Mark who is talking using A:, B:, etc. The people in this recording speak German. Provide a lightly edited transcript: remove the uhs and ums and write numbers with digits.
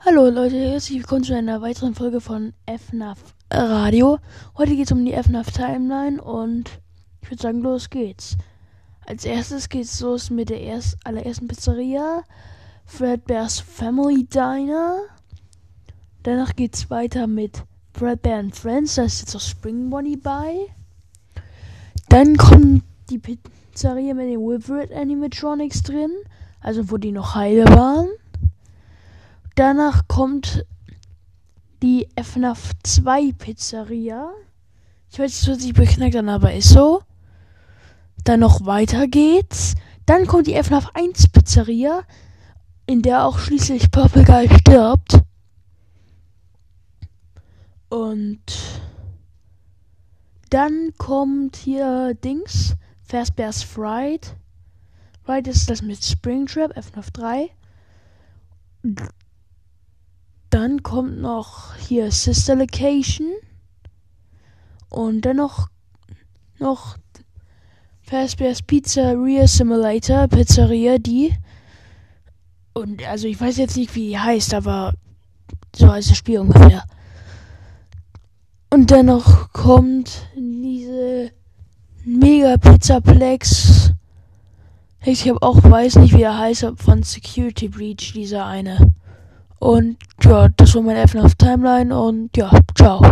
A: Hallo Leute, herzlich willkommen zu einer weiteren Folge von FNAF Radio. Heute geht es um die FNAF Timeline und ich würde sagen, los geht's. Als erstes geht's los mit der allerersten Pizzeria, Fredbear's Family Diner. Danach geht's weiter mit Fredbear and Friends, da ist jetzt auch Spring Bonnie bei. Dann kommt die Pizzeria mit den Wizard Animatronics drin, also wo die noch heile waren. Danach kommt die FNAF 2 Pizzeria. Ich weiß, es hört sich beknackt an, aber ist so. Dann noch weiter geht's. Dann kommt die FNAF 1 Pizzeria, in der auch schließlich Purple Guy stirbt. Und dann kommt hier Fazbear's Fright. Fright ist das mit Springtrap, FNAF 3. Dann kommt noch hier Sister Location. Und dann noch Fazbear's Pizzeria Simulator, Pizzeria, die. Und also ich weiß jetzt nicht, wie die heißt, aber so heißt das Spiel ungefähr. Und dann noch kommt diese Mega Pizzaplex. Ich weiß nicht, wie er heißt, von Security Breach, dieser eine. Und ja, das war meine FNAF Timeline und ja, ciao.